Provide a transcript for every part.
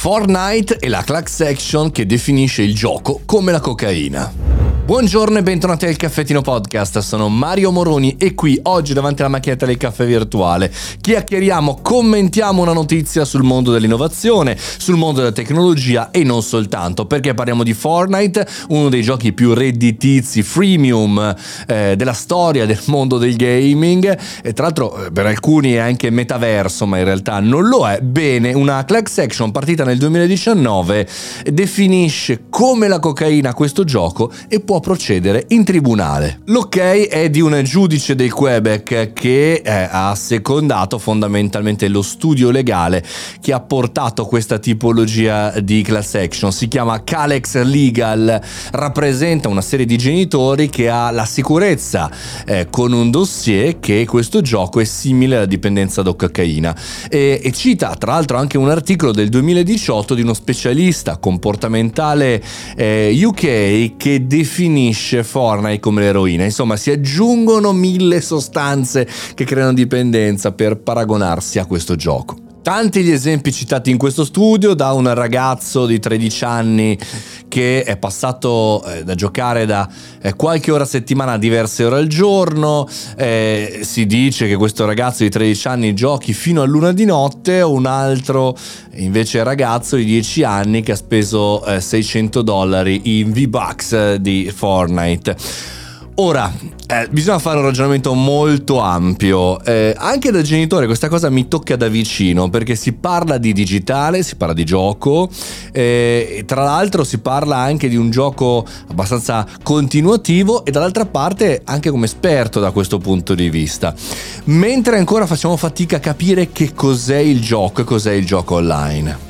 Fortnite è la class action che definisce il gioco come la cocaina. Buongiorno e bentornati al Caffettino Podcast, sono Mario Moroni e qui oggi davanti alla macchinetta del caffè virtuale chiacchieriamo, commentiamo una notizia sul mondo dell'innovazione, sul mondo della tecnologia e non soltanto, perché parliamo di Fortnite, uno dei giochi più redditizi, freemium della storia del mondo del gaming, e tra l'altro per alcuni è anche metaverso, ma in realtà non lo è. Bene, una class action partita nel 2019 definisce come la cocaina questo gioco e può procedere in tribunale. L'ok è di un giudice del Quebec che ha assecondato fondamentalmente lo studio legale che ha portato questa tipologia di class action. Si chiama Calex Legal, rappresenta una serie di genitori che ha la sicurezza con un dossier che questo gioco è simile alla dipendenza da cocaina e cita tra l'altro anche un articolo del 2018 di uno specialista comportamentale UK che definisce Fortnite come l'eroina. Insomma, si aggiungono 1000 sostanze che creano dipendenza per paragonarsi a questo gioco. Tanti gli esempi citati in questo studio, da un ragazzo di 13 anni che è passato da giocare da qualche ora a settimana a diverse ore al giorno, si dice che questo ragazzo di 13 anni giochi fino a luna di notte, o un altro invece ragazzo di 10 anni che ha speso $600 in V-Bucks di Fortnite. Ora, bisogna fare un ragionamento molto ampio, anche da genitore questa cosa mi tocca da vicino, perché si parla di digitale, si parla di gioco, tra l'altro si parla anche di un gioco abbastanza continuativo e dall'altra parte anche come esperto da questo punto di vista, mentre ancora facciamo fatica a capire che cos'è il gioco e cos'è il gioco online.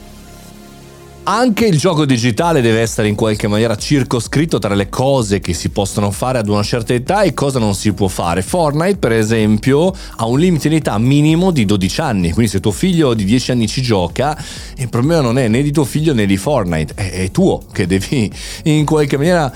Anche il gioco digitale deve essere in qualche maniera circoscritto tra le cose che si possono fare ad una certa età e cosa non si può fare. Fortnite, per esempio, ha un limite di età minimo di 12 anni, quindi se tuo figlio di 10 anni ci gioca, il problema non è né di tuo figlio né di Fortnite, è tuo, che devi in qualche maniera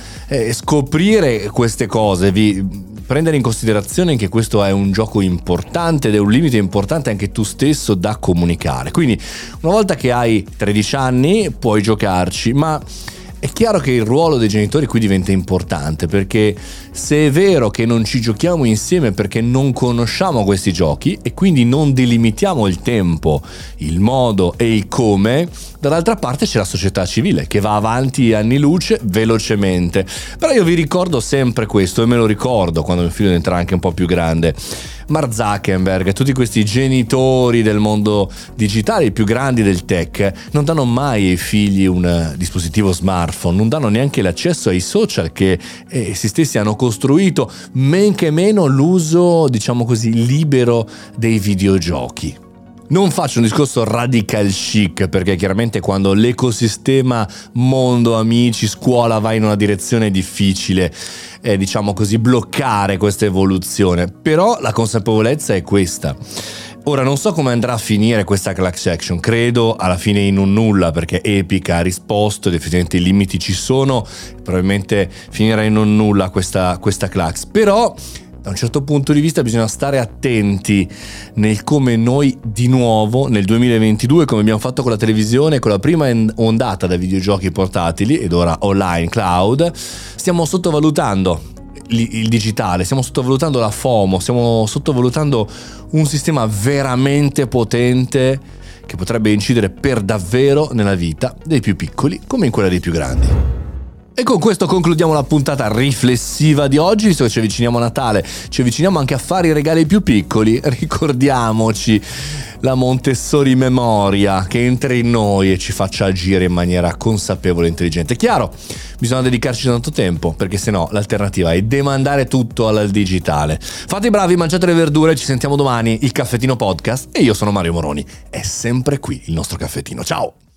scoprire queste cose, prendere in considerazione che questo è un gioco importante ed è un limite importante anche tu stesso da comunicare. Quindi una volta che hai 13 anni puoi giocarci, ma è chiaro che il ruolo dei genitori qui diventa importante, perché se è vero che non ci giochiamo insieme perché non conosciamo questi giochi e quindi non delimitiamo il tempo, il modo e il come, dall'altra parte c'è la società civile che va avanti anni luce velocemente. Però io vi ricordo sempre questo, e me lo ricordo quando mio figlio diventerà anche un po' più grande. Mark Zuckerberg e tutti questi genitori del mondo digitale, i più grandi del tech, non danno mai ai figli un dispositivo smartphone, non danno neanche l'accesso ai social che essi stessi hanno costruito, men che meno l'uso, diciamo così, libero dei videogiochi. Non faccio un discorso radical chic, perché chiaramente quando l'ecosistema mondo, amici, scuola va in una direzione difficile, diciamo così, bloccare questa evoluzione, però la consapevolezza è questa. Ora non so come andrà a finire questa class action, credo alla fine in un nulla, perché Epic ha risposto ed effettivamente i limiti ci sono, probabilmente finirà in un nulla questa class, però da un certo punto di vista bisogna stare attenti nel come noi di nuovo nel 2022, come abbiamo fatto con la televisione, con la prima ondata da videogiochi portatili ed ora online cloud, stiamo sottovalutando il digitale, stiamo sottovalutando la FOMO, stiamo sottovalutando un sistema veramente potente che potrebbe incidere per davvero nella vita dei più piccoli come in quella dei più grandi. E con questo concludiamo la puntata riflessiva di oggi, visto che ci avviciniamo a Natale, ci avviciniamo anche a fare i regali ai più piccoli, ricordiamoci la Montessori memoria che entra in noi e ci faccia agire in maniera consapevole e intelligente. Chiaro, bisogna dedicarci tanto tempo, perché sennò l'alternativa è demandare tutto al digitale. Fate i bravi, mangiate le verdure, ci sentiamo domani, il Caffettino Podcast, e io sono Mario Moroni. È sempre qui il nostro caffettino. Ciao!